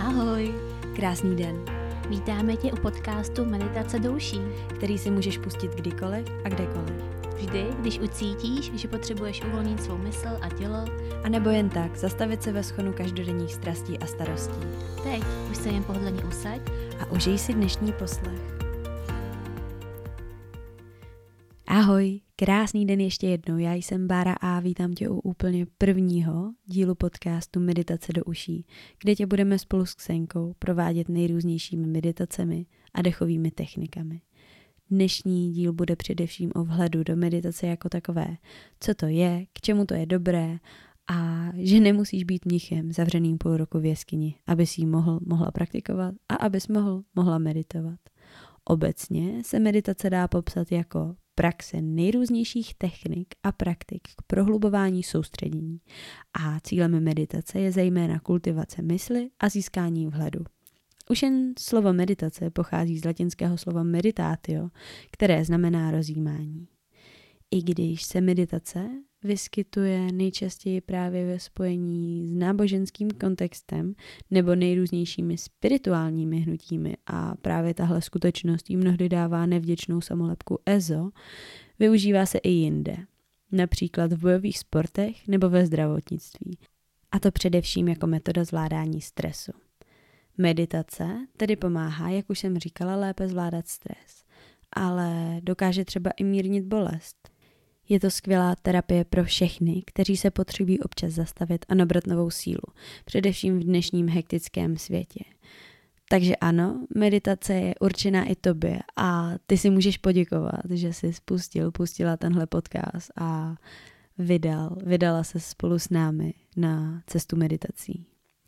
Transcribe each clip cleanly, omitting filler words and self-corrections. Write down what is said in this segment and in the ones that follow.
Ahoj, Krásný den, vítáme tě u podcastu Meditace do uší. který si můžeš pustit kdykoliv a kdekoliv. Vždy, když ucítíš, že potřebuješ uvolnit svou mysl a tělo, A nebo jen tak, zastavit se ve schonu každodenních strastí a starostí. teď už se jen pohodlně usaď. A užij si dnešní poslech. Ahoj, krásný den ještě jednou, já jsem Bára a vítám tě u úplně prvního dílu podcastu Meditace do uší, kde tě budeme spolu s Ksenkou provádět nejrůznějšími meditacemi a dechovými technikami. Dnešní díl bude především o vhledu do meditace jako takové, co to je, k čemu to je dobré a že nemusíš být mnichem zavřeným půl roku v jeskyni, abys ji mohla praktikovat a abys mohla meditovat. Obecně se meditace dá popsat jako praxe nejrůznějších technik a praktik k prohlubování soustředění a cílem meditace je zejména kultivace mysli a získání vhledu. Už jen slovo meditace pochází z latinského slova meditatio, které znamená rozjímání. I když se meditace vyskytuje nejčastěji právě ve spojení s náboženským kontextem nebo nejrůznějšími spirituálními hnutími a právě tahle skutečnost jí mnohdy dává nevděčnou samolepku EZO, využívá se i jinde, například v bojových sportech nebo ve zdravotnictví, a to především jako metoda zvládání stresu. Meditace tedy pomáhá, jak už jsem říkala, lépe zvládat stres, ale dokáže třeba i mírnit bolest. Je to skvělá terapie pro všechny, kteří se potřebují občas zastavit a nabrat novou sílu, především v dnešním hektickém světě. Takže ano, meditace je určená i tobě a ty si můžeš poděkovat, že jsi pustila tenhle podcast a vydala se spolu s námi na cestu meditací.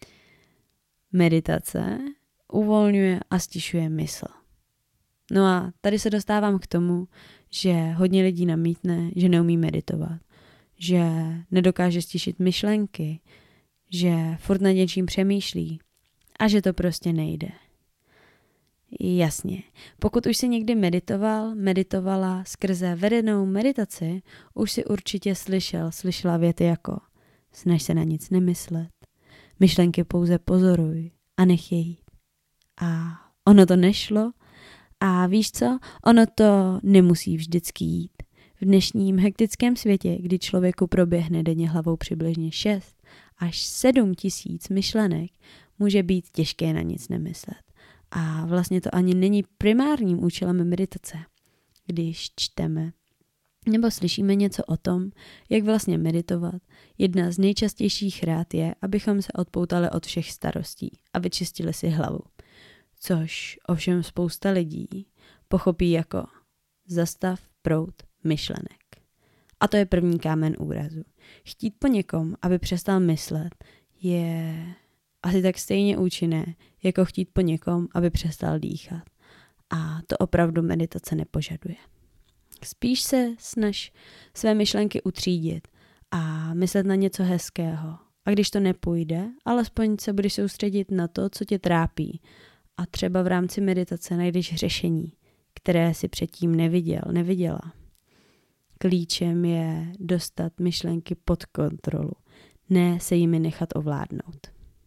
Meditace uvolňuje a stišuje mysl. No a tady se dostávám k tomu, že hodně lidí namítne, že neumí meditovat, že nedokáže stišit myšlenky, že furt nad něčím přemýšlí a že to prostě nejde. Jasně, pokud už jsi někdy meditovala skrze vedenou meditaci, už si určitě slyšela věty jako snaž se na nic nemyslet, myšlenky pouze pozoruj a nech je jít. A ono to nešlo a víš co, ono to nemusí vždycky jít. V dnešním hektickém světě, kdy člověku proběhne denně hlavou přibližně 6 až 7 tisíc myšlenek, může být těžké na nic nemyslet. A vlastně to ani není primárním účelem meditace. Když čteme nebo slyšíme něco o tom, jak vlastně meditovat, jedna z nejčastějších rád je, abychom se odpoutali od všech starostí a vyčistili si hlavu. Což ovšem spousta lidí pochopí jako zastav proud myšlenek. A to je první kámen úrazu. Chtít po někom, aby přestal myslet, je asi tak stejně účinné, jako chtít po někom, aby přestal dýchat. A to opravdu meditace nepožaduje. Spíš se snaž své myšlenky utřídit a myslet na něco hezkého. A když to nepůjde, alespoň se budeš soustředit na to, co tě trápí. A třeba v rámci meditace najdeš řešení, které si předtím neviděla. Klíčem je dostat myšlenky pod kontrolu, ne se jimi nechat ovládnout.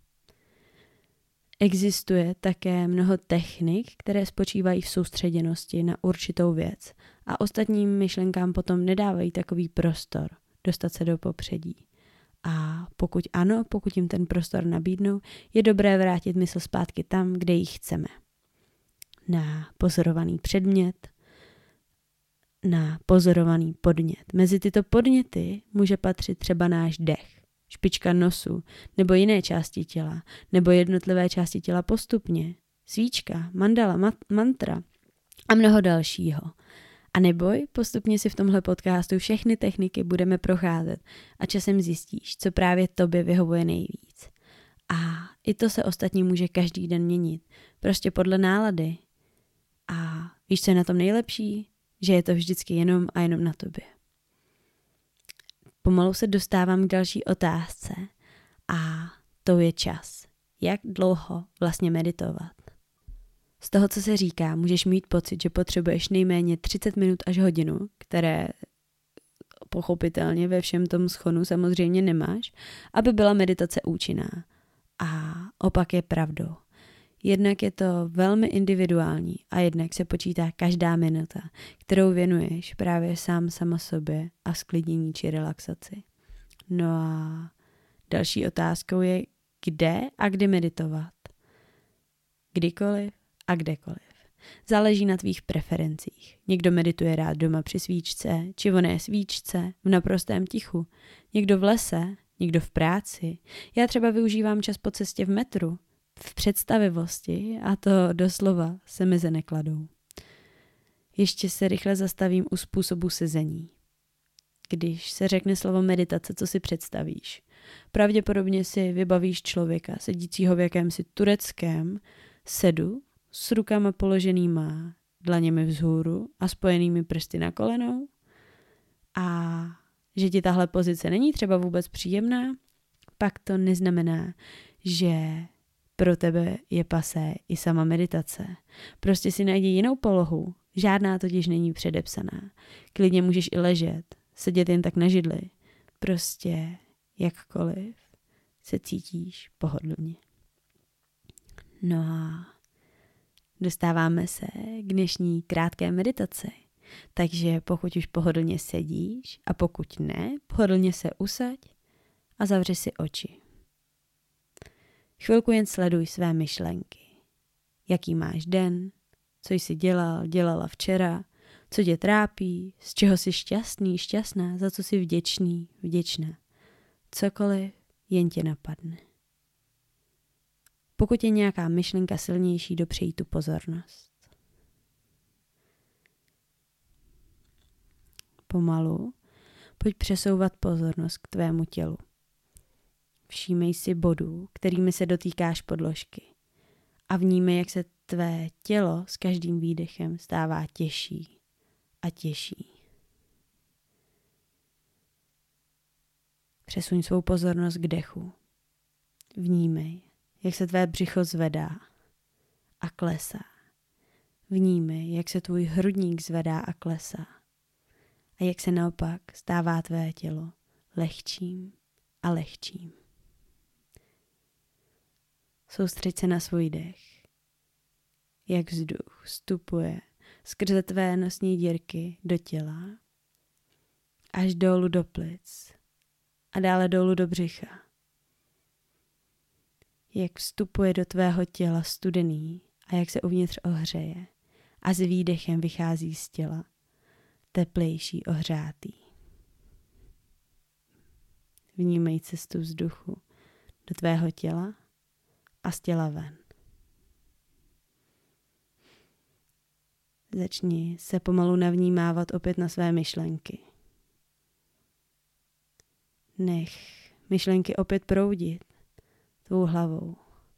Existuje také mnoho technik, které spočívají v soustředěnosti na určitou věc a ostatním myšlenkám potom nedávají takový prostor dostat se do popředí. A pokud jim ten prostor nabídnou, je dobré vrátit mysl zpátky tam, kde ji chceme. Na pozorovaný předmět, na pozorovaný podnět. Mezi tyto podněty může patřit třeba náš dech, špička nosu, nebo jiné části těla, nebo jednotlivé části těla postupně, svíčka, mandala, mantra a mnoho dalšího. A neboj, postupně si v tomhle podcastu všechny techniky budeme procházet a časem zjistíš, co právě tobě vyhovuje nejvíc. A i to se ostatně může každý den měnit, prostě podle nálady. A víš, co je na tom nejlepší? Že je to vždycky jenom a jenom na tobě. Pomalu se dostávám k další otázce a to je čas. Jak dlouho vlastně meditovat? Z toho, co se říká, můžeš mít pocit, že potřebuješ nejméně 30 minut až hodinu, které pochopitelně ve všem tom schonu samozřejmě nemáš, aby byla meditace účinná. A opak je pravdou. Jednak je to velmi individuální a jednak se počítá každá minuta, kterou věnuješ právě sama sobě a sklidnění či relaxaci. No a další otázkou je, kde a kdy meditovat. Kdykoliv a kdekoliv. Záleží na tvých preferencích. Někdo medituje rád doma při svíčce, či vonné svíčce, v naprostém tichu. Někdo v lese, někdo v práci. Já třeba využívám čas po cestě v metru, v představivosti a to doslova se meze nekladou. Ještě se rychle zastavím u způsobu sezení. Když se řekne slovo meditace, co si představíš? Pravděpodobně si vybavíš člověka sedícího v jakémsi tureckém sedu s rukama položenýma dlaněmi vzhůru a spojenými prsty na kolenou? A že ti tahle pozice není třeba vůbec příjemná? Pak to neznamená, že pro tebe je pasé i sama meditace. Prostě si najdi jinou polohu, žádná totiž není předepsaná. Klidně můžeš i ležet, sedět jen tak na židli. Prostě jakkoliv se cítíš pohodlně. No a dostáváme se k dnešní krátké meditaci. Takže pokud už pohodlně sedíš a pokud ne, pohodlně se usaď a zavři si oči. Chvilku jen sleduj své myšlenky. Jaký máš den, co jsi dělala včera, co tě trápí, z čeho jsi šťastný, šťastná, za co jsi vděčný, vděčná. Cokoliv jen tě napadne. Pokud je nějaká myšlenka silnější, dopřeji tu pozornost. Pomalu pojď přesouvat pozornost k tvému tělu. Všímej si bodů, kterými se dotýkáš podložky a vnímej, jak se tvé tělo s každým výdechem stává těžší a těžší. Přesuň svou pozornost k dechu. Vnímej, jak se tvé břicho zvedá a klesá. Vnímej, jak se tvůj hrudník zvedá a klesá. A jak se naopak stává tvé tělo lehčím a lehčím. Soustřeď se na svůj dech. Jak vzduch vstupuje skrze tvé nosní dírky do těla, až dolů do plic a dále dolů do břicha. Jak vstupuje do tvého těla studený a jak se uvnitř ohřeje a s výdechem vychází z těla teplejší, ohřátý. Vnímej cestu vzduchu do tvého těla a z těla ven. Začni se pomalu navnímávat opět na své myšlenky. Nech myšlenky opět proudit tvou hlavou.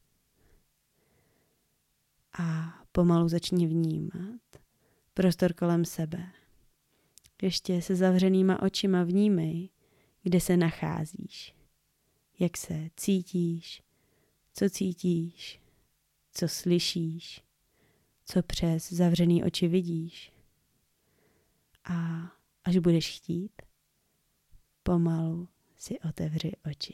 A pomalu začni vnímat prostor kolem sebe. Ještě se zavřenýma očima vnímej, kde se nacházíš, jak se cítíš, co slyšíš, co přes zavřený oči vidíš. A až budeš chtít, pomalu si otevři oči.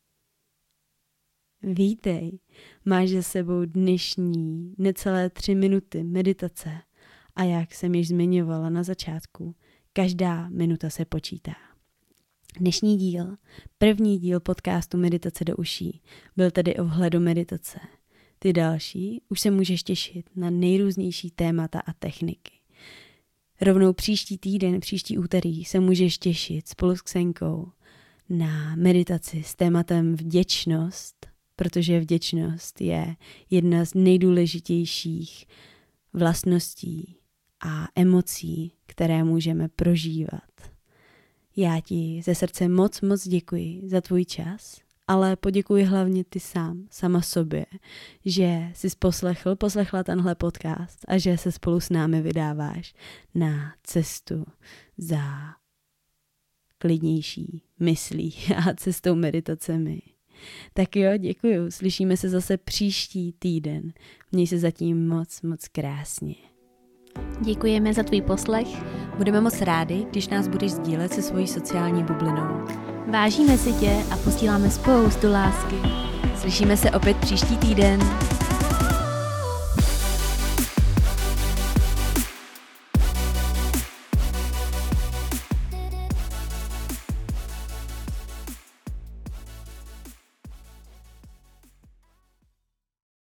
Vítej, máš za sebou dnešní necelé 3 minuty meditace a jak jsem již zmiňovala na začátku, každá minuta se počítá. Dnešní díl, první díl podcastu Meditace do uší, byl tedy o vhledu meditace. Ty další už se můžeš těšit na nejrůznější témata a techniky. Rovnou příští týden, příští úterý se můžeš těšit spolu s Ksenkou na meditaci s tématem vděčnost, protože vděčnost je jedna z nejdůležitějších vlastností a emocí, které můžeme prožívat. Já ti ze srdce moc děkuji za tvůj čas, ale poděkuji hlavně ty sama sobě, že jsi poslechla tenhle podcast a že se spolu s námi vydáváš na cestu za klidnější myslí a cestou meditacemi. Tak jo, děkuju, slyšíme se zase příští týden. Měj se zatím moc krásně. Děkujeme za tvůj poslech. Budeme moc rádi, když nás budeš sdílet se svojí sociální bublinou. Vážíme si tě a posíláme spoustu lásky. Slyšíme se opět příští týden.